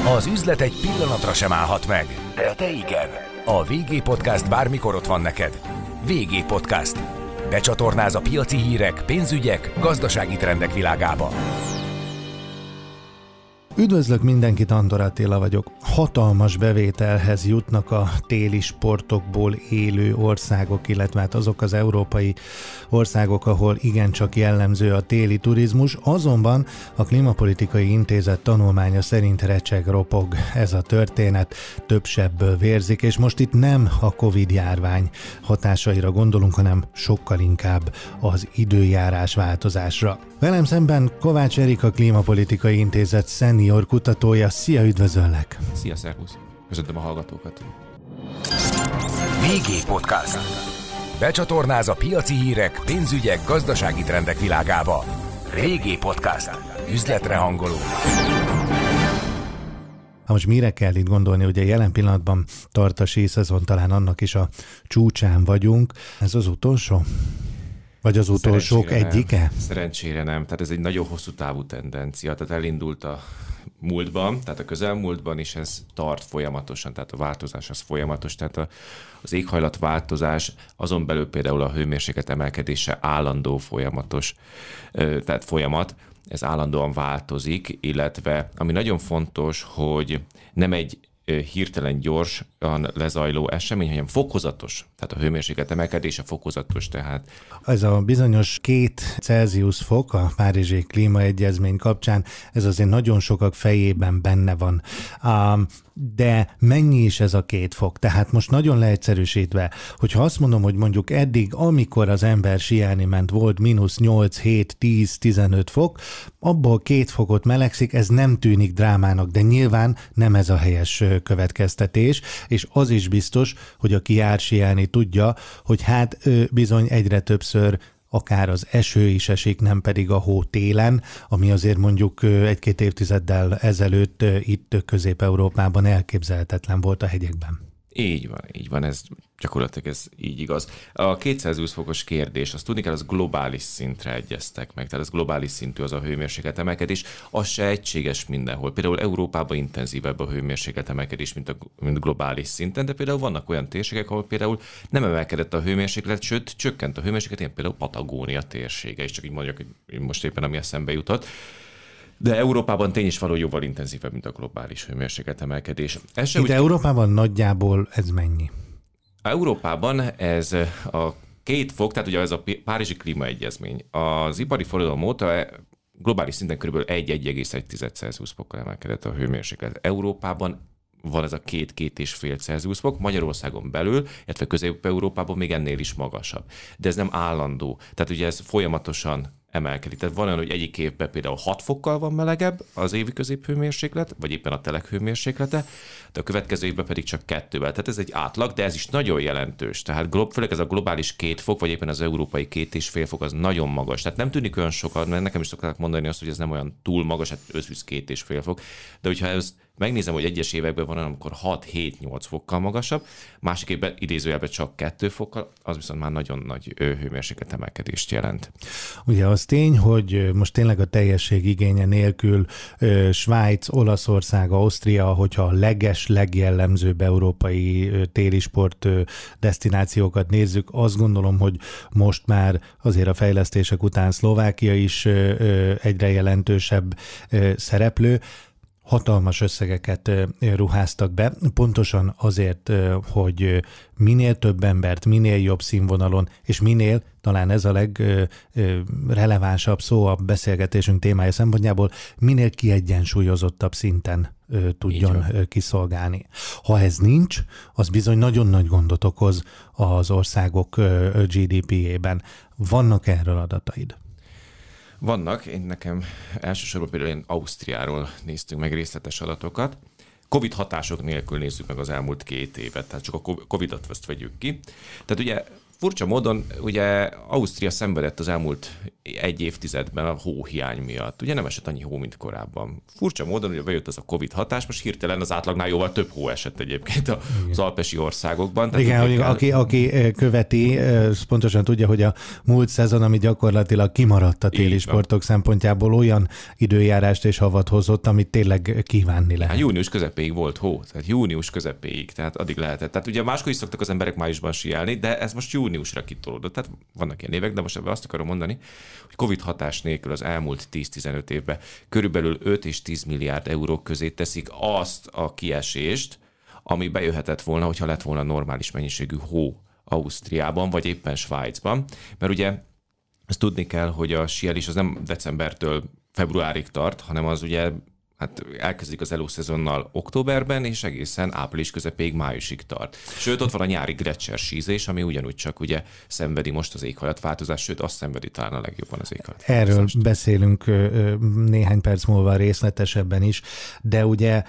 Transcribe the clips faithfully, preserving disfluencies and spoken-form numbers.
Az üzlet egy pillanatra sem állhat meg, de te igen. A vé gé Podcast bármikor ott van neked. vé gé Podcast. Becsatornáz a piaci hírek, pénzügyek, gazdasági trendek világába. Üdvözlök mindenkit, Andor Attila vagyok. Hatalmas bevételhez jutnak a téli sportokból élő országok, illetve hát azok az európai országok, ahol igencsak jellemző a téli turizmus, azonban a Klímapolitikai Intézet tanulmánya szerint recseg ropog ez a történet, több sebből vérzik, és most itt nem a Covid-járvány hatásaira gondolunk, hanem sokkal inkább az időjárás változásra. Velem szemben Kovács Erik, a Klímapolitikai Intézet szenior kutatója. Szia, üdvözöllek! Szia, szervusz! Köszöntöm a hallgatókat! vé gé Podcast. Becsatornáz a piaci hírek, pénzügyek, gazdasági trendek világába. vé gé Podcast. Üzletre hangoló. Ha most mire kell itt gondolni, ugye jelen pillanatban tart a síszezon, talán annak is a csúcsán vagyunk. Ez az utolsó? Vagy az utolsók Szerencsére egyike? Nem. Szerencsére nem. Tehát ez egy nagyon hosszú távú tendencia. Tehát elindult a múltban, tehát a közelmúltban, és ez tart folyamatosan, tehát a változás az folyamatos. Tehát a, az éghajlatváltozás, azon belül például a hőmérséklet emelkedése állandó folyamatos, tehát folyamat, ez állandóan változik, illetve ami nagyon fontos, hogy nem egy hirtelen gyorsan lezajló esemény, hanem fokozatos. Tehát a hőmérséklet emelkedése fokozatos, tehát... Ez a bizonyos két Celsius fok a Párizsi Klímaegyezmény kapcsán, ez azért nagyon sokak fejében benne van. Um, de mennyi is ez a két fok? Tehát most nagyon leegyszerűsítve, hogyha azt mondom, hogy mondjuk eddig, amikor az ember síelni ment, volt mínusz nyolc, hét, tíz, tizenöt fok, abból két fokot melegszik, ez nem tűnik drámának, de nyilván nem ez a helyes következtetés, és az is biztos, hogy aki jár síelni tudja, hogy hát bizony egyre többször akár az eső is esik, nem pedig a hó télen, ami azért mondjuk egy-két évtizeddel ezelőtt itt Közép-Európában elképzelhetetlen volt a hegyekben. Így van, így van, ez gyakorlatilag ez így igaz. A két Celsius fokos kérdés, azt tudni kell, az globális szintre egyeztek meg, tehát ez globális szintű az a hőmérséklet emelkedés, az se egységes mindenhol. Például Európában intenzívebb a hőmérséklet emelkedés, mint a mint globális szinten, de például vannak olyan térségek, ahol például nem emelkedett a hőmérséklet, sőt, csökkent a hőmérséklet, ilyen például Patagónia térsége, és csak így mondjuk, hogy most éppen ami eszembe jutott. De Európában tény is való jóval intenzívebb, mint a globális hőmérséklet emelkedés. Ez Itt úgy... Európában nagyjából ez mennyi? Európában ez a két fok, tehát ugye ez a Párizsi Klímaegyezmény. Az ipari forradalom óta globális szinten kb. egy egész egy Celsius fokkal emelkedett a hőmérséklet. Európában van ez a két-két és fél Celsius fok, Magyarországon belül, illetve Közép-Európában még ennél is magasabb. De ez nem állandó. Tehát ugye ez folyamatosan emelkedik. Tehát van olyan, hogy egyik évben például hat fokkal van melegebb az évi középhőmérséklet, vagy éppen a telek hőmérséklete, de a következő évben pedig csak kettővel. Tehát ez egy átlag, de ez is nagyon jelentős. Tehát főleg ez a globális két fok, vagy éppen az európai két és fél fok az nagyon magas. Tehát nem tűnik olyan sokat, mert nekem is szokták mondani azt, hogy ez nem olyan túl magas, hát összvisz két és fél fok. De hogyha ezt megnézem, hogy egyes években van olyan, amikor hat, hét, nyolc fokkal magasabb, másik évben idézőjelben csak kettő fokkal, az viszont már nagyon nagy hőmérséklet emelkedést jelent. Ugye az tény, hogy most tényleg a teljesség igénye nélkül Svájc, Olaszország, Ausztria, hogyha a leges, legjellemzőbb európai téli sport desztinációkat nézzük, azt gondolom, hogy most már azért a fejlesztések után Szlovákia is egyre jelentősebb szereplő. Hatalmas összegeket ruháztak be, pontosan azért, hogy minél több embert, minél jobb színvonalon, és minél, talán ez a legrelevánsabb szó a beszélgetésünk témája szempontjából, minél kiegyensúlyozottabb szinten tudjon kiszolgálni. Ha ez nincs, az bizony nagyon nagy gondot okoz az országok gé dé pé-jében. Vannak erről adataid? Vannak, én nekem elsősorban például én Ausztriáról néztünk meg részletes adatokat. Covid hatások nélkül nézzük meg az elmúlt két évet, tehát csak a Covidot azt vegyük ki. Tehát ugye furcsa módon ugye Ausztria szenvedett az elmúlt egy évtizedben a hóhiány miatt. Ugye nem esett annyi hó, mint korábban. Furcsa módon, ugye bejött az a Covid hatás, most hirtelen az átlagnál jóval több hó esett egyébként az Igen. alpesi országokban. Tehát Igen, kell... aki, aki követi, pontosan tudja, hogy a múlt szezon, ami gyakorlatilag kimaradt a téli sportok szempontjából, olyan időjárást és havat hozott, amit tényleg kívánni lehet. Hát június közepéig volt hó, tehát június közepéig, tehát addig lehetett. Tehát ugye máskor is szoktak az emberek májusban síelni, de ez most júniusra kitolódott. Tehát vannak ilyen évek, de most ebben azt akarom mondani, hogy Covid hatás nélkül az elmúlt tíz-tizenöt évben körülbelül öt és tíz milliárd eurók közé teszik azt a kiesést, ami bejöhetett volna, hogyha lett volna normális mennyiségű hó Ausztriában, vagy éppen Svájcban. Mert ugye ezt tudni kell, hogy a síelés az nem decembertől februárig tart, hanem az ugye hát elkezdik az elószezonnal októberben, és egészen április közepéig májusig tart. Sőt, ott van a nyári Gletscher sízés, ami ugyanúgy csak ugye szenvedi most az éghajlatváltozást, sőt, azt szenvedi talán a legjobban az éghajlatváltozást. Erről beszélünk néhány perc múlva részletesebben is, de ugye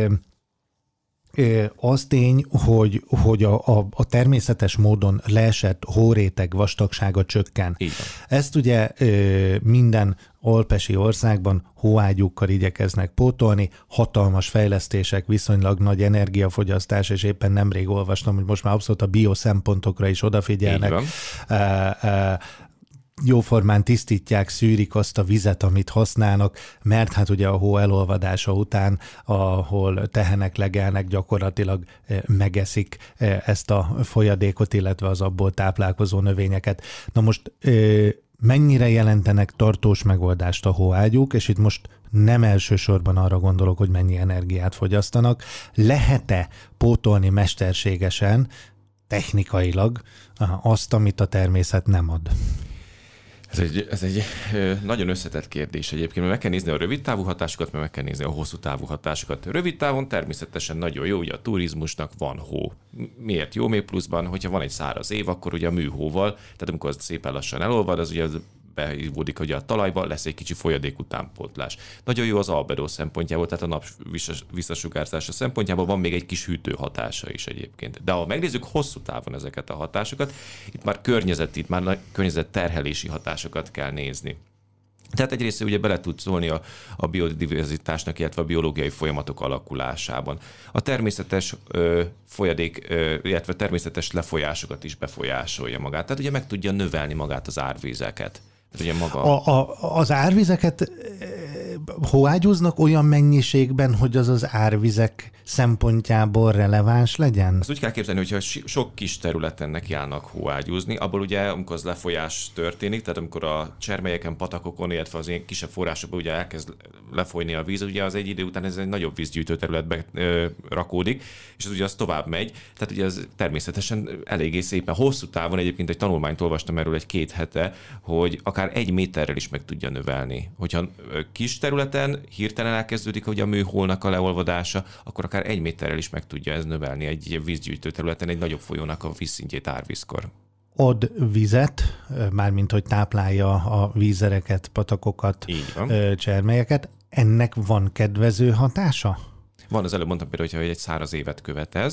az tény, hogy, hogy a, a, a természetes módon leesett hóréteg vastagsága csökken. Ezt ugye minden alpesi országban hóágyúkkal igyekeznek pótolni, hatalmas fejlesztések, viszonylag nagy energiafogyasztás, és éppen nemrég olvastam, hogy most már abszolút a biosszempontokra is odafigyelnek. Jóformán tisztítják, szűrik azt a vizet, amit használnak, mert hát ugye a hó elolvadása után, ahol tehenek legelnek, gyakorlatilag megeszik ezt a folyadékot, illetve az abból táplálkozó növényeket. Na most mennyire jelentenek tartós megoldást a hóágyúk, és itt most nem elsősorban arra gondolok, hogy mennyi energiát fogyasztanak. Lehet-e pótolni mesterségesen, technikailag azt, amit a természet nem ad? Ez egy, ez egy nagyon összetett kérdés egyébként, mert meg kell nézni a rövid távú hatásokat, mert meg kell nézni a hosszú távú hatásokat. Rövid távon természetesen nagyon jó, ugye a turizmusnak van hó. Miért jó? Még pluszban, hogyha van egy száraz év, akkor ugye a műhóval, tehát amikor az szépen lassan elolvad, az ugye beívódik ugye a talajba, lesz egy kicsi folyadék utánpótlás. Nagyon jó az albedó szempontjából, tehát a nap visszasugárzása szempontjából van még egy kis hűtő hatása is egyébként. De ha megnézzük hosszú távon ezeket a hatásokat, itt már környezeti, itt már környezetterhelési hatásokat kell nézni. Tehát egyrészt ugye bele tud szólni a, a biodiverzitásnak, illetve a biológiai folyamatok alakulásában. A természetes ö, folyadék, ö, illetve természetes lefolyásokat is befolyásolja magát. Tehát ugye meg tudja növelni magát az árvízeket. Ugye maga... a, a, az árvizeket hóágyúznak olyan mennyiségben, hogy az az árvizek szempontjából releváns legyen? Azt úgy kell képzelni, hogyha sok kis területen nekiállnak hóágyúzni, abból ugye, amikor az lefolyás történik, tehát amikor a csermelyeken, patakokon, illetve az ilyen kisebb forrásokban ugye elkezd lefolyni a víz, ugye az egy idő után ez egy nagyobb vízgyűjtő területbe ö, rakódik, és az ugye az tovább megy, tehát ugye ez természetesen eléggé szépen hosszú távon, egyébként egy tanulmányt olvastam erről egy két hete, hogy akár egy méterrel is meg tudja növelni. Hogyha kis területen hirtelen elkezdődik ugye a műholnak a leolvadása, akkor akár egy méterrel is meg tudja ez növelni egy vízgyűjtő területen egy nagyobb folyónak a vízszintjét árvízkor. Ad vizet, mármint hogy táplálja a vízereket, patakokat, csermelyeket. Ennek van kedvező hatása? Van, az előbb mondtam például, hogy egy száraz évet követ ez,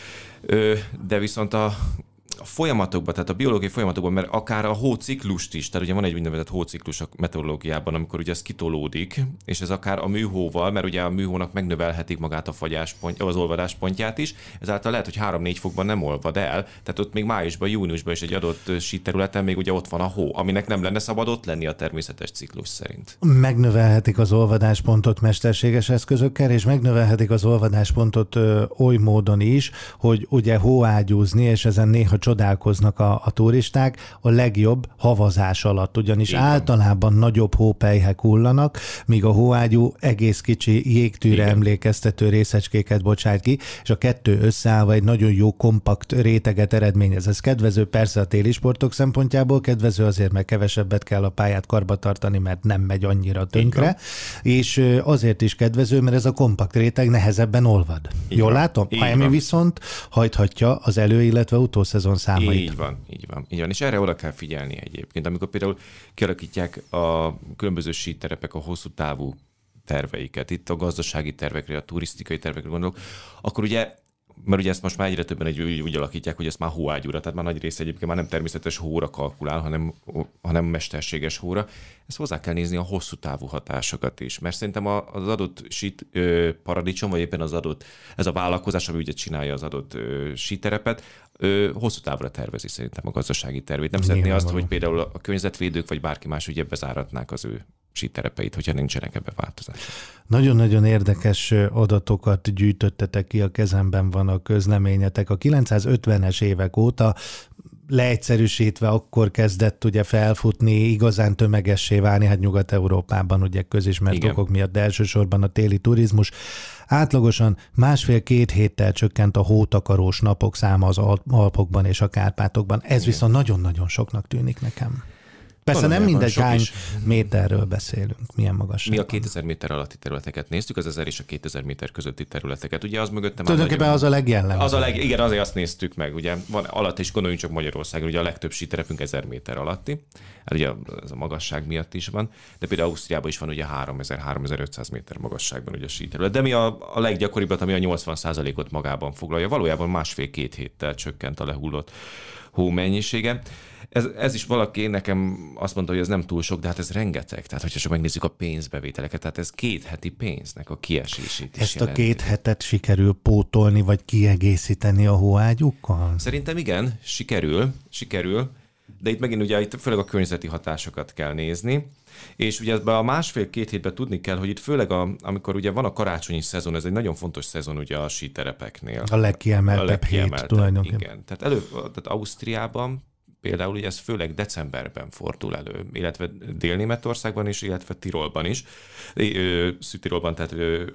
de viszont a a folyamatokban, tehát a biológiai folyamatokban, mert akár a hóciklust is, tehát ugye van egy úgynevezett hóciklus a meteorológiában, amikor ugye ez kitolódik, és ez akár a műhóval, mert ugye a műhónak megnövelhetik magát a fagyáspont, az olvadáspontját is, ezáltal lehet, hogy három-négy fokban nem olvad el, tehát ott még májusban, júniusban is egy adott síterületen még ugye ott van a hó, aminek nem lenne szabad ott lenni a természetes ciklus szerint. Megnövelhetik az olvadáspontot mesterséges eszközökkel, és megnövelhetik az olvadáspontot ö, oly módon is, hogy ugye hóágyúzni, és ezen néha csodálkoznak a, a turisták, a legjobb havazás alatt, ugyanis Igen. általában nagyobb hópelyhek hullanak, míg a hóágyú egész kicsi jégtűre Igen. emlékeztető részecskéket bocsát ki, és a kettő összeállva egy nagyon jó kompakt réteget eredményez. Ez kedvező persze a téli sportok szempontjából, kedvező azért, mert kevesebbet kell a pályát karbantartani, mert nem megy annyira tönkre, Igen. és azért is kedvező, mert ez a kompakt réteg nehezebben olvad. Igen. Jól látom? Ami viszont hajthatja az elő, illetve utószezon számait. Így van, így van, így van. És erre oda kell figyelni egyébként. Amikor például kialakítják a különböző síterepek a hosszú távú terveiket, itt a gazdasági tervekre, a turisztikai tervekre gondolok, akkor ugye mert ugye ezt most már egyre többen egy, úgy, úgy alakítják, hogy ezt már hóágyúra, tehát már nagy része egyébként már nem természetes hóra kalkulál, hanem, hanem mesterséges hóra. Ezt hozzá kell nézni a hosszú távú hatásokat is, mert szerintem az adott sít ö, paradicsom, vagy éppen az adott, ez a vállalkozás, ami ugye csinálja az adott ö, síterepet, ö, hosszú távra tervezi szerintem a gazdasági tervét. Nem szeretné azt, hogy például a környezetvédők, vagy bárki más ugye bezáratnák az ő síterepeit, hogyha nincsenek ebbe változások. Nagyon-nagyon érdekes adatokat gyűjtöttetek ki, a kezemben van a közleményetek. A kilencszázötvenes évek óta leegyszerűsítve akkor kezdett ugye felfutni, igazán tömegessé válni, hát Nyugat-Európában ugye közismert Igen. okok miatt, de elsősorban a téli turizmus. Átlagosan másfél-két héttel csökkent a hótakarós napok száma az Alpokban és a Kárpátokban. Ez Igen. viszont nagyon-nagyon soknak tűnik nekem. Persze valójában nem mindegy, hány is. méterről beszélünk, milyen magasságban. Mi a kétezer méter alatti területeket néztük, az ezer és a kétezer méter közötti területeket. Ugye az mögöttem... Tulajdonképpen az a legjellemzőbb. Az a leg, igen, azért azt néztük meg. Ugye van alatt is, gondoljunk csak Magyarországra, ugye a legtöbb síterepünk ezer méter alatti. Hát ugye ez a magasság miatt is van. De például Ausztriában is van ugye háromezer-háromezer-ötszáz méter magasságban ugye a síterület. De mi a, a leggyakoribbat, ami a nyolcvan százalékot magában foglalja. Valójában másfél-két héttel csökkent a lehullott hó mennyisége. Ez, ez is valaki nekem azt mondta, hogy ez nem túl sok, de hát ez rengeteg. Tehát, hogyha csak megnézzük a pénzbevételeket, tehát ez két heti pénznek a kiesését is Ezt jelenti. a két hetet sikerül pótolni, vagy kiegészíteni a hóágyukkal? Szerintem igen, sikerül, sikerül, de itt megint ugye itt főleg a környezeti hatásokat kell nézni, és ugye ebben a másfél-két hétben tudni kell, hogy itt főleg a, amikor ugye van a karácsonyi szezon, ez egy nagyon fontos szezon ugye a síterepeknél. A legkiemeltebb, a legkiemeltebb hét tulajdonképpen. Igen, tehát, elő, tehát Ausztriában például ugye ez főleg decemberben fordul elő, illetve Dél-Németországban is, illetve Tirolban is, Szűtirolban, tehát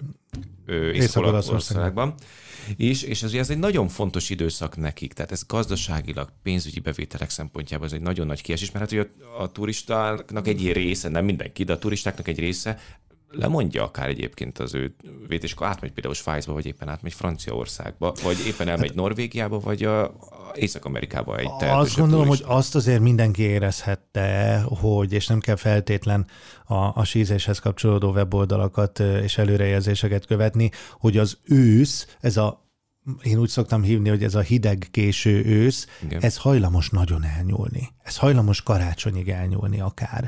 Észak-Olaszországban. És, és ez, ez egy nagyon fontos időszak nekik, tehát ez gazdaságilag, pénzügyi bevételek szempontjából ez egy nagyon nagy kiesés, mert hát ugye a, a turistáknak egy része, nem mindenki, de a turistáknak egy része lemondja akár egyébként az ő vét, és akkor átmegy például Svájcba, vagy éppen átmegy Franciaországba, vagy éppen elmegy Norvégiába, vagy a, a Észak-Amerikába egy tehetősebb. Azt gondolom, turista. hogy azt azért mindenki érezhette, hogy, és nem kell feltétlen a, a sízéshez kapcsolódó weboldalakat és előrejelzéseket követni, hogy az ősz, ez a én úgy szoktam hívni, hogy ez a hideg késő ősz, igen. ez hajlamos nagyon elnyúlni. Ez hajlamos karácsonyig elnyúlni akár.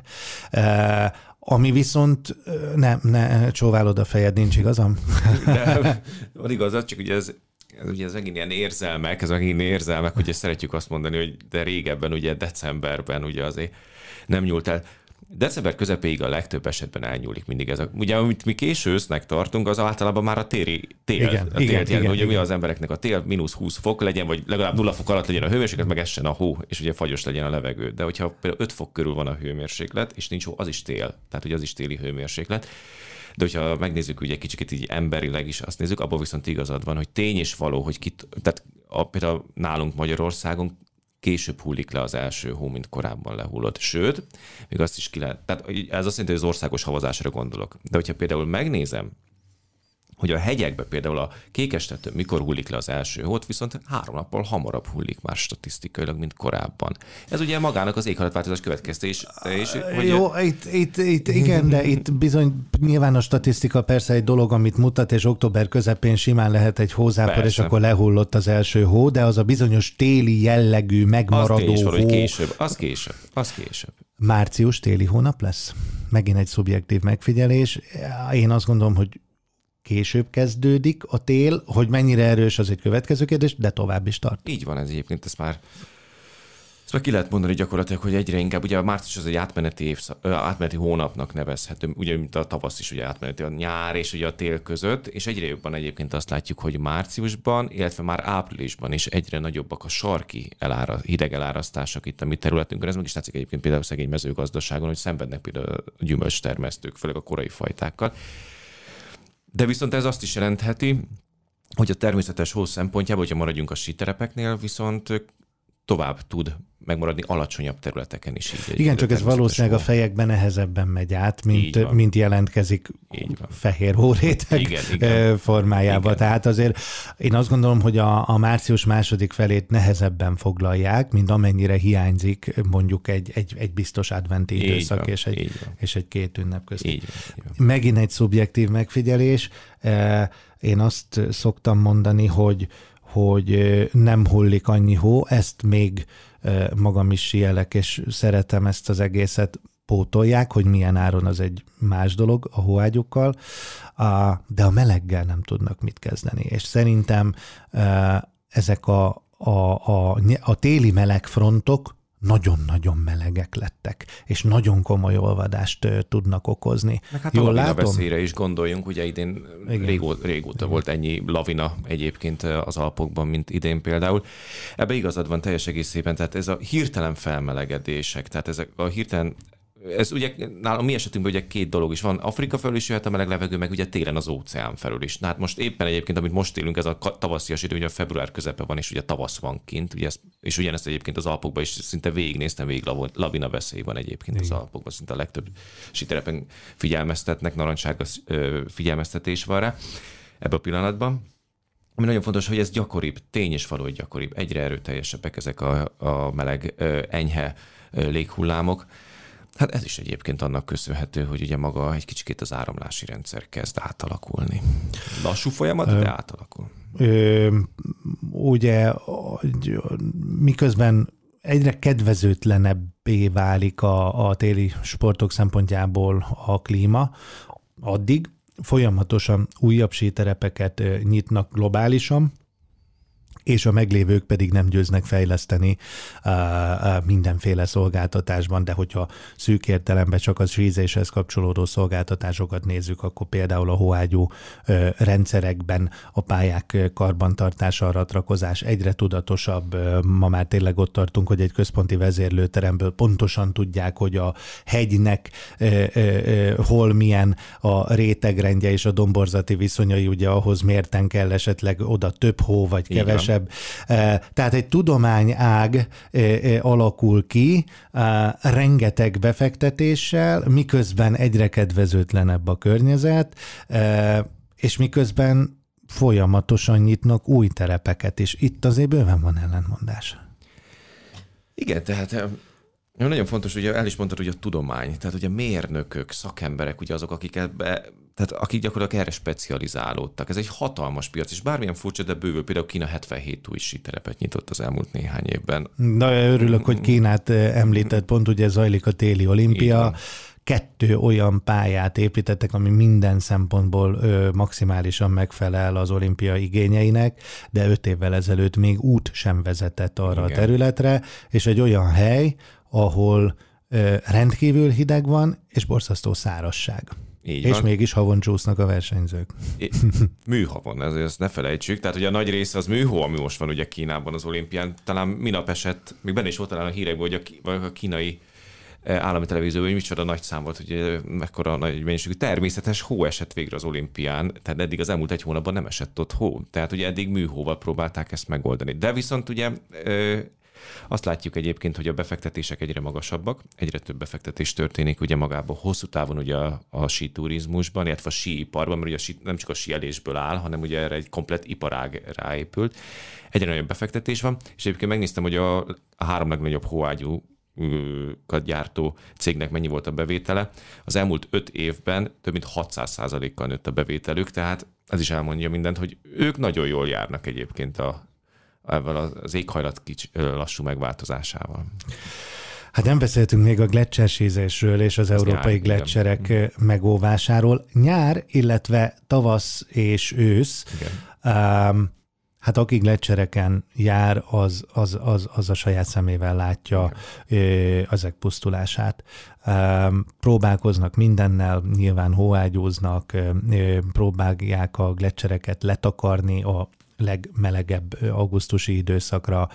E, ami viszont nem, ne, csóválod a fejed, nincs igazam? De, van igazad, csak ugye ez, ez ugye ez megint ilyen érzelmek, ez megint érzelmek, hogy szeretjük azt mondani, hogy de régebben, ugye decemberben ugye azért nem nyúlt el. December közepéig a legtöbb esetben elnyúlik mindig ez. A, ugye, amit mi késő ősznek tartunk, az általában már a téri tél. Igen, a tél igen, tél, igen, ugye igen. mi az embereknek a tél, mínusz húsz fok legyen, vagy legalább nulla fok alatt legyen a hőmérséklet, meg essen a hó, és ugye fagyos legyen a levegő. De hogyha például öt fok körül van a hőmérséklet, és nincs hó, az is tél. Tehát ugye az is téli hőmérséklet. De hogyha megnézzük ugye kicsit így emberileg is azt nézzük, abban viszont igazad van, hogy tény és való, hogy kit, tehát a, például nálunk Magyarországon később hullik le az első hó, mint korábban lehullott. Sőt, még azt is ki lehet, tehát ez azt jelenti, hogy az országos havazásra gondolok. De hogyha például megnézem, hogy a hegyekben például a Kékestetőn mikor hullik le az első hót, viszont három nappal hamarabb hullik már statisztikailag, mint korábban. Ez ugye magának az éghajlatváltozás következtés. És, hogy Jó, itt, itt, itt igen, de itt bizony nyilván a statisztika persze egy dolog, amit mutat, és október közepén simán lehet egy hózápor, persze. És akkor lehullott az első hó, de az a bizonyos téli jellegű, megmaradó az hó. Hogy később, az később, az később. Március téli hónap lesz? Megint egy szubjektív megfigyelés. Én azt gondolom, hogy később kezdődik a tél, hogy mennyire erős, az egy következő kérdés, de tovább is tart. Így van ez egyébként, ezt már, ezt már ki lehet mondani gyakorlatilag, hogy egyre inkább, ugye a március az egy átmeneti, évszak, átmeneti hónapnak nevezhető, ugye mint a tavasz is ugye átmeneti, a nyár és ugye a tél között, és egyre jobban egyébként azt látjuk, hogy márciusban, illetve már áprilisban is egyre nagyobbak a sarki elára, hideg elárasztások itt a mi területünkön. Ez meg is látszik egyébként például szegény mezőgazdaságon, hogy szenvednek például a gyümölcstermesztők, főleg a korai fajtákkal. De viszont ez azt is jelentheti, hogy a természetes hó szempontjából, hogyha maradjunk a síterepeknél, viszont tovább tud megmaradni alacsonyabb területeken is. Így igen, csak ez valószínűleg hó. A fejekben nehezebben megy át, mint, mint jelentkezik fehér hóréteg igen, igen. formájában. Igen. Tehát azért én azt gondolom, hogy a, a március második felét nehezebben foglalják, mint amennyire hiányzik mondjuk egy, egy, egy biztos adventi időszak van, és, egy, és egy két ünnep között. Így van, így van. Megint egy szubjektív megfigyelés. Én azt szoktam mondani, hogy hogy nem hullik annyi hó, ezt még magam is sielek, és szeretem ezt az egészet, pótolják, hogy milyen áron, az egy más dolog a hóágyukkal, de a meleggel nem tudnak mit kezdeni. És szerintem ezek a, a, a, a téli melegfrontok nagyon-nagyon melegek lettek, és nagyon komoly olvadást tudnak okozni. Meg hát Jól a lavina veszélyre is gondoljunk, ugye idén régó, régóta Igen. volt ennyi lavina egyébként az Alpokban, mint idén például. Ebbe igazad van teljes egészében, tehát ez a hirtelen felmelegedések, tehát ezek a hirtelen ez ugye nálam mi esetünkben ugye két dolog is van. Afrika felől is jöhet a meleg levegő, meg ugye télen az óceán felől is. Na hát most éppen egyébként, amit most élünk, ez a tavaszias idő, ugye a február közepe van, és ugye tavasz van kint, ugye ez, és ugyanezt egyébként az Alpokban is szinte végignéztem, végig lavina veszély van egyébként Igen. az Alpokban, szinte a legtöbb síterepen figyelmeztetnek, narancssárga figyelmeztetés van rá ebben a pillanatban. Ami nagyon fontos, hogy ez gyakoribb, tény és való, hogy gyakoribb, egyre erőteljesebbek ezek a, a meleg, enyhe léghullámok. Hát ez is egyébként annak köszönhető, hogy ugye maga egy kicsikét az áramlási rendszer kezd átalakulni. Lassú folyamat, de átalakul. Ö, ugye miközben egyre kedvezőtlenebbé válik a, a téli sportok szempontjából a klíma, addig folyamatosan újabb síterepeket nyitnak globálisan, és a meglévők pedig nem győznek fejleszteni uh, uh, mindenféle szolgáltatásban, de hogyha szűk értelemben csak a sízéshez kapcsolódó szolgáltatásokat nézzük, akkor például a hóágyú uh, rendszerekben a pályák karbantartása, a ratrakozás egyre tudatosabb. Uh, ma már tényleg ott tartunk, hogy egy központi vezérlőteremből pontosan tudják, hogy a hegynek uh, uh, uh, hol milyen a rétegrendje és a domborzati viszonyai, ugye ahhoz mérten kell esetleg oda több hó vagy kevesebb. Tehát egy tudományág alakul ki, rengeteg befektetéssel, miközben egyre kedvezőtlenebb a környezet, és miközben folyamatosan nyitnak új terepeket, és itt azért bőven van ellentmondás. Igen, tehát nagyon fontos, ugye el is mondtad, hogy a tudomány, tehát ugye mérnökök, szakemberek, ugye azok, akik ebbe, tehát akik gyakorlatilag erre specializálódtak. Ez egy hatalmas piac, és bármilyen furcsa, de bővül. Például Kína hetvenhét új síterepet nyitott az elmúlt néhány évben. Na, örülök, hogy Kínát említett, pont ugye zajlik a téli olimpia. Kettő olyan pályát építettek, ami minden szempontból ö, maximálisan megfelel az olimpia igényeinek, de öt évvel ezelőtt még út sem vezetett arra Igen. a területre, és egy olyan hely, ahol ö, rendkívül hideg van, és borzasztó szárazság. Így és van. Mégis havon csúsznak a versenyzők. É, műhavon, ezért ezt ne felejtsük. Tehát ugye a nagy része az műhó, ami most van ugye Kínában az olimpián. Talán minap esett, még benne is volt talán a hírekből, hogy a, a kínai állami televízióban, hogy micsoda nagy szám volt, hogy mekkora nagy mennyiségű természetes hó esett végre az olimpián, tehát eddig az elmúlt egy hónapban nem esett ott hó. Tehát ugye eddig műhóval próbálták ezt megoldani. De viszont ugye azt látjuk egyébként, hogy a befektetések egyre magasabbak, egyre több befektetés történik ugye magában hosszú távon ugye a, a síturizmusban, illetve a síiparban, mert ugye a sí, nem csak a síelésből áll, hanem ugye erre egy komplett iparág ráépült. Egyre nagyobb befektetés van, és egyébként megnéztem, hogy a, a három legnagyobb hóágyú gyártó cégnek mennyi volt a bevétele. Az elmúlt öt évben több mint hatszáz százalékkal nőtt a bevételük, tehát ez is elmondja mindent, hogy ők nagyon jól járnak egyébként a, ezzel az éghajlat kicsi, lassú megváltozásával. Hát nem beszéltünk még a gleccsersízésről és az, az európai nyár, gleccserek igen. megóvásáról. Nyár, illetve tavasz és ősz. Um, Hát aki gleccsereken jár, az, az, az, az a saját szemével látja okay. ezek pusztulását. Próbálkoznak mindennel, nyilván hóágyúznak, próbálják a gleccsereket letakarni a legmelegebb augusztusi időszakra.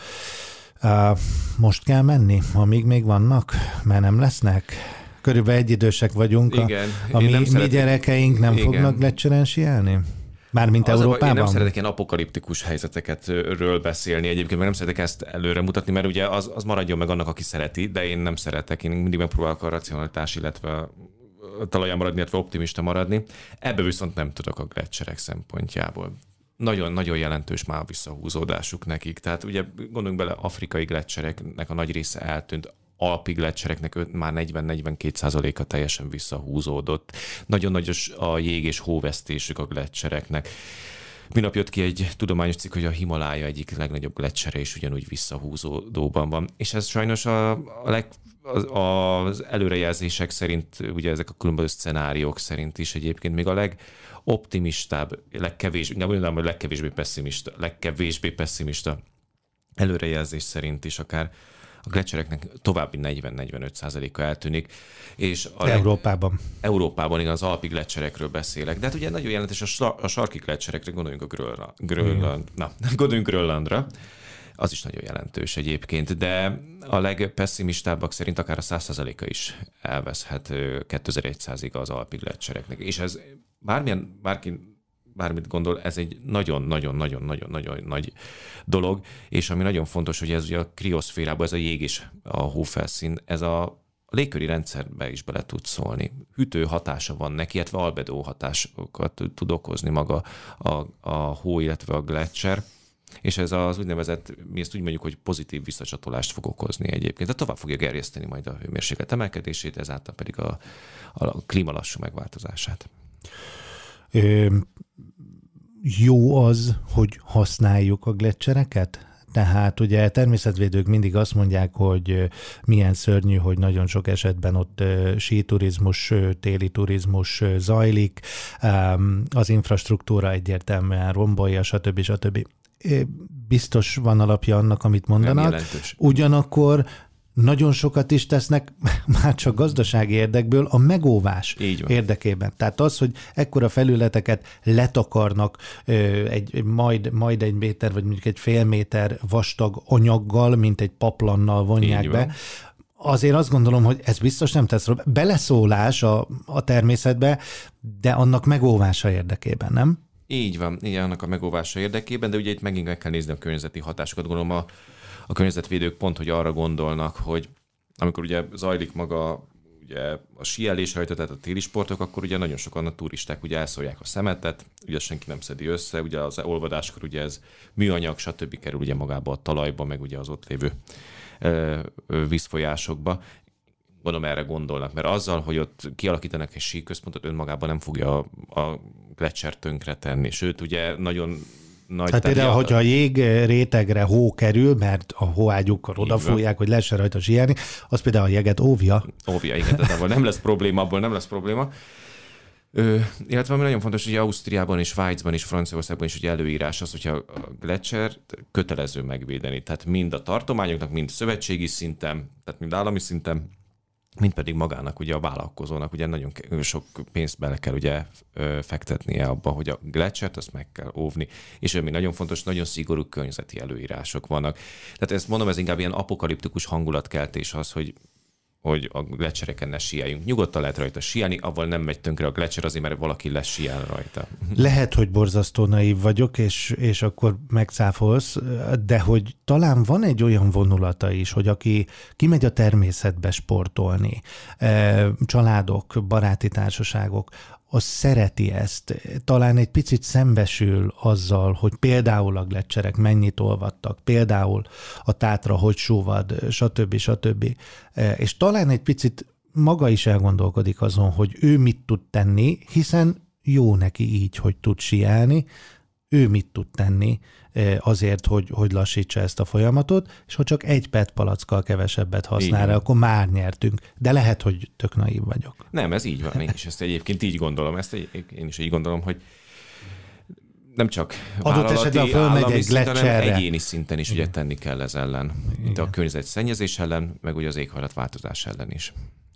Most kell menni, amíg még vannak, mert nem lesznek? Körülbelül egyidősek vagyunk. Igen. A, a mi, mi gyerekeink nem Igen. fognak gleccserén síelni? Mármint az Európában? Én nem szeretek ilyen apokaliptikus helyzetekről beszélni egyébként, mert nem szeretek ezt előre mutatni, mert ugye az, az maradjon meg annak, aki szereti, de én nem szeretek, én mindig megpróbálok a racionalitás, illetve a talaján maradni, illetve optimista maradni. Ebbe viszont nem tudok a gleccserek szempontjából. Nagyon-nagyon jelentős már visszahúzódásuk nekik. Tehát ugye gondoljunk bele, afrikai gleccsereknek a nagy része eltűnt, alpi gleccsereknek már negyven-negyvenkét százaléka teljesen visszahúzódott. Nagyon nagy a jég- és hóvesztésük a gleccsereknek. Minap jött ki egy tudományos cikk, hogy a Himalája egyik legnagyobb gletszere is ugyanúgy visszahúzódóban van. És ez sajnos a, a leg, az, az előrejelzések szerint, ugye ezek a különböző szcenáriók szerint is egyébként még a legoptimistább, legkevésbé, nem mondanám, hogy legkevésbé pessimista, legkevésbé pessimista előrejelzés szerint is akár a gletszereknek további negyven-negyvenöt százaléka eltűnik. És a Európában. Leg... Európában, igen, az alpi gletszerekről beszélek. De hát ugye nagyon jelentős a, sla... a sarki gletszerekre, gondoljunk a Grönland... Grönland... Na, gondoljunk Grönlandra. Az is nagyon jelentős egyébként, de a legpesszimistábbak szerint akár a száz százaléka is elveszhet kétezer-százig az alpi gletszereknek. És ez bármilyen, bárki bármit gondol, ez egy nagyon-nagyon-nagyon-nagyon-nagyon nagy dolog, és ami nagyon fontos, hogy ez ugye a krioszférában, ez a jég és a hófelszín, ez a légköri rendszerbe is bele tud szólni. Hűtő hatása van neki, illetve albedó hatásokat tud okozni maga a, a hó, illetve a gletszer, és ez az úgynevezett, mi ezt úgy mondjuk, hogy pozitív visszacsatolást fog okozni egyébként, de tovább fogja gerjeszteni majd a hőmérséklet emelkedését, ezáltal pedig a, a klíma lassú megváltozását. Ö, jó az, hogy használjuk a gletszereket? Tehát ugye természetvédők mindig azt mondják, hogy milyen szörnyű, hogy nagyon sok esetben ott síturizmus, téli turizmus zajlik, az infrastruktúra egyértelműen rombolja, stb. stb. Biztos van alapja annak, amit mondanak. Ugyanakkor nagyon sokat is tesznek, már csak gazdasági érdekből, a megóvás érdekében. Tehát az, hogy ekkora felületeket letakarnak egy, majd, majd egy méter, vagy mondjuk egy fél méter vastag anyaggal, mint egy paplannal vonják Így be, van. Azért azt gondolom, hogy ez biztos nem tesz beleszólás a, a természetbe, de annak megóvása érdekében, nem? Így van, igen, annak a megóvása érdekében, de ugye itt megint meg kell nézni a környezeti hatásokat. Gondolom a A környezetvédők pont, hogy arra gondolnak, hogy amikor ugye zajlik maga ugye a síelés rajta, tehát a téli sportok, akkor ugye nagyon sokan a turisták ugye elszólják a szemetet, ugye senki nem szedi össze, ugye az olvadáskor ugye ez műanyag, stb. Kerül ugye magába a talajba, meg ugye az ott lévő ö, ö, vízfolyásokba. Gondolom erre gondolnak, mert azzal, hogy ott kialakítanak egy síközpontot, önmagában nem fogja a, a gletszer tönkre tenni. Sőt, ugye nagyon nagy... Hát például, hogyha a jég rétegre hó kerül, mert a hóágyukkal odafújják, hogy lehessen rajta síelni, az például a jeget óvja. Óvja, igen, tehát abból nem lesz probléma, abból nem lesz probléma. Ö, illetve ami nagyon fontos, hogy Ausztriában és Svájcban és Franciaországban is ugye előírás az, hogyha a gletszer kötelező megvédeni. Tehát mind a tartományoknak, mind szövetségi szinten, tehát mind állami szinten, mint pedig magának, ugye a vállalkozónak, ugye nagyon sok pénzt bele kell ugye fektetnie abba, hogy a gletszert azt meg kell óvni, és ami nagyon fontos, nagyon szigorú környezeti előírások vannak. Tehát ezt mondom, ez inkább ilyen apokaliptikus hangulatkeltés az, hogy hogy a gletszereken ne síeljünk. Nyugodtan lehet rajta síelni, avval nem megy tönkre a gletszer azért, mert valaki lesíel rajta. Lehet, hogy borzasztó naív vagyok, és, és akkor megcáfolsz, de hogy talán van egy olyan vonulata is, hogy aki kimegy a természetbe sportolni, családok, baráti társaságok, az szereti ezt. Talán egy picit szembesül azzal, hogy például a gletszerek mennyit olvadtak, például a Tátra hogy súvad, stb. stb. És talán egy picit maga is elgondolkodik azon, hogy ő mit tud tenni, hiszen jó neki így, hogy tud síelni, ő mit tud tenni azért, hogy, hogy lassítsa ezt a folyamatot, és ha csak egy pé e té palackkal kevesebbet használ, akkor már nyertünk. De lehet, hogy tök naív vagyok. Nem, ez így van. Én is ezt egyébként így gondolom. Ezt egy, én is így gondolom, hogy nem csak vállalati, állami szinten, hanem egyéni szinten is ugye tenni kell ez ellen. Itt a környezetszennyezés ellen, meg ugye az éghajlatváltozás ellen is.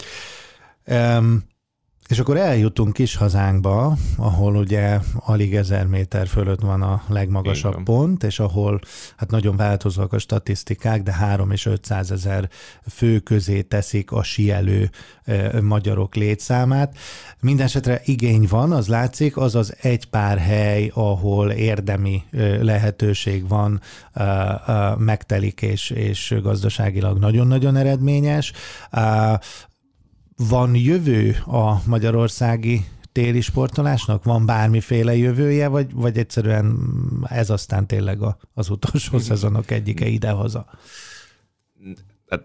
Um, És akkor eljutunk kis hazánkba, ahol ugye alig ezer méter fölött van a legmagasabb pont, és ahol hát nagyon változóak a statisztikák, de három és ötszázezer fő közé teszik a síelő eh, magyarok létszámát. Mindenesetre igény van, az látszik, az az egy pár hely, ahol érdemi eh, lehetőség van, eh, eh, megtelik és, és gazdaságilag nagyon-nagyon eredményes. Eh, Van jövő a magyarországi téli sportolásnak? Van bármiféle jövője, vagy, vagy egyszerűen ez aztán tényleg a, az utolsó szezonok egyike idehaza? Hát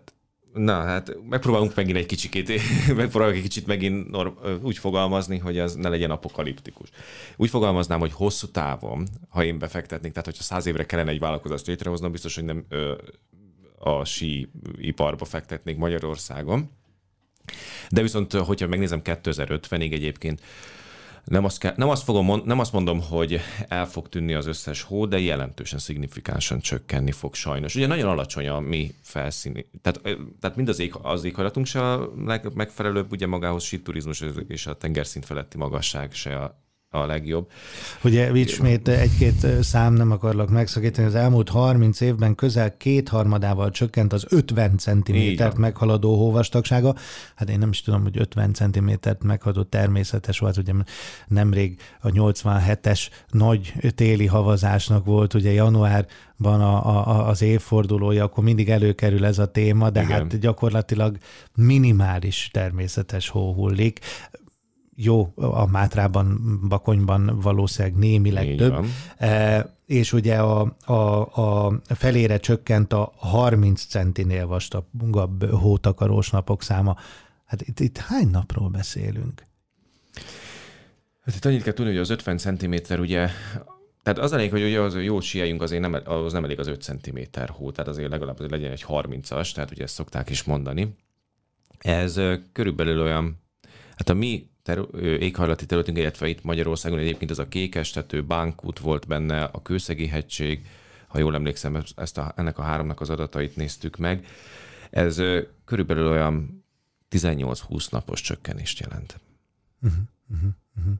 Na, hát megpróbálunk megint egy kicsikét, megpróbálunk egy kicsit megint úgy fogalmazni, hogy ez ne legyen apokaliptikus. Úgy fogalmaznám, hogy hosszú távon, ha én befektetnék, tehát hogyha száz évre kellene egy vállalkozást létrehoznom, biztos, hogy nem ö, a síiparba fektetnék Magyarországon. De viszont, hogyha megnézem kétezer-ötvenig egyébként, Nem azt, kell, nem, azt fogom, nem azt mondom, hogy el fog tűnni az összes hó, de jelentősen, szignifikánsan csökkenni fog sajnos. Ugye nagyon alacsony a mi felszíni, tehát, tehát mind az, ég, az éghajlatunk se a legmegfelelőbb, ugye magához síturizmus és a tengerszint feletti magasság se a, a legjobb. Ugye ismét egy-két szám, nem akarlak megszakítani, az elmúlt harminc évben közel kétharmadával csökkent az ötven centimétert meghaladó hóvastagsága. Hát én nem is tudom, hogy ötven centimétert meghaladó természetes volt, ugye nemrég a nyolcvanhetes nagy téli havazásnak volt, ugye januárban a, a, az évfordulója, akkor mindig előkerül ez a téma, de igen. Hát gyakorlatilag minimális természetes hó hullik. Jó, a Mátrában, Bakonyban valószínűleg némileg így több, e, és ugye a, a, a felére csökkent a harminc centinél vastagabb hótakarós napok száma. Hát itt, itt hány napról beszélünk? Hát itt annyit kell tudni, hogy az ötven centiméter ugye, tehát az elég, hogy ugye az jó síeljünk, azért nem, az nem elég az öt centiméter hó, tehát azért legalább azért legyen egy harmincas, tehát ugye ezt szokták is mondani. Ez körülbelül olyan, hát a mi ter- éghajlati területünk, illetve itt Magyarországon egyébként ez a Kékestető, Bánkút volt benne, a Kőszegi-hegység, ha jól emlékszem, ezt a, ennek a háromnak az adatait néztük meg. Ez körülbelül olyan tizennyolc-húsz napos csökkenést jelent. Uh-huh, uh-huh, uh-huh.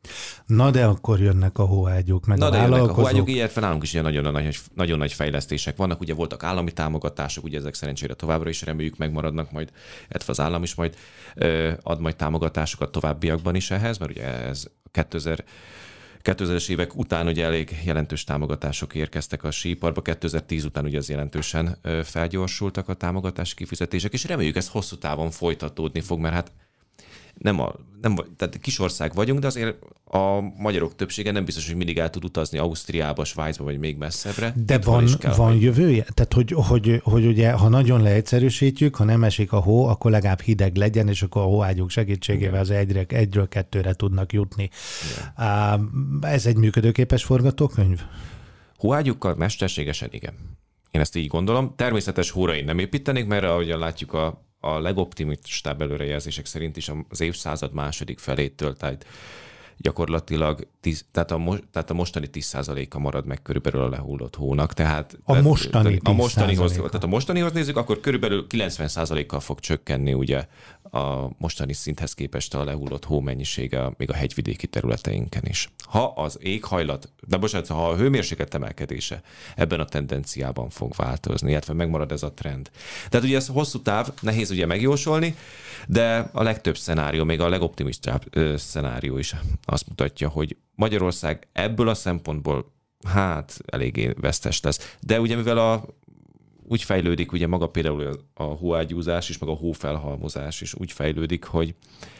Na de akkor jönnek a hóágyúk, meg Na a de jönnek vállalkozók. a hóágyúk, illetve nálunk is ilyen nagyon nagy, nagyon nagy fejlesztések vannak. Ugye voltak állami támogatások, ugye ezek szerencsére továbbra is reméljük megmaradnak majd, illetve az állam is majd ö, ad majd támogatásokat továbbiakban is ehhez, mert ugye ez kétezer kétezres évek után ugye elég jelentős támogatások érkeztek a síiparba, kétezer-tíz után ugye az jelentősen ö, felgyorsultak a támogatási kifizetések, és reméljük ez hosszú távon folytatódni fog, mert hát Nem, a, nem tehát kis ország vagyunk, de azért a magyarok többsége nem biztos, hogy mindig el tud utazni Ausztriába, Svájcba, vagy még messzebbre. De van, kell, van hogy... jövője? Tehát, hogy, hogy, hogy ugye, ha nagyon leegyszerűsítjük, ha nem esik a hó, akkor legalább hideg legyen, és akkor a hóágyúk segítségével az egyre, egyről kettőre tudnak jutni. Igen. Ez egy működőképes forgatókönyv? Hóágyúkkal mesterségesen igen. Én ezt így gondolom. Természetes hóra én nem építenék, mert ahogyan látjuk a a legoptimistább előrejelzések szerint is az évszázad második felétől, tehát gyakorlatilag tíz, tehát, a most, tehát a mostani tíz százaléka marad meg körülbelül a lehullott hónak. Tehát, a mostani a mostanihoz, tehát a mostanihoz nézzük, akkor körülbelül kilencven százalékkal fog csökkenni ugye a mostani szinthez képest a lehullott hó mennyisége még a hegyvidéki területeinken is. Ha az éghajlat, de bocsánat, ha a hőmérséklet emelkedése ebben a tendenciában fog változni, illetve megmarad ez a trend. Tehát ugye ez hosszú táv, nehéz ugye megjósolni, de a legtöbb szenárió, még a legoptimistább szenárió is azt mutatja, hogy Magyarország ebből a szempontból hát eléggé vesztes lesz. De ugye mivel a, úgy fejlődik, ugye maga például a hóágyúzás is, meg a hófelhalmozás is úgy fejlődik, hogy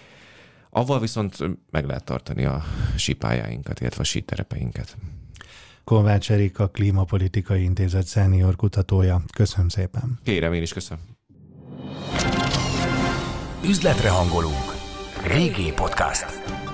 avval viszont meg lehet tartani a sípályáinkat, illetve a síterepeinket. Kovács Erika, Klímapolitikai Intézet szenior kutatója. Köszönöm szépen. Kérem, én is köszönöm. Üzletre hangolunk. Régi Podcast.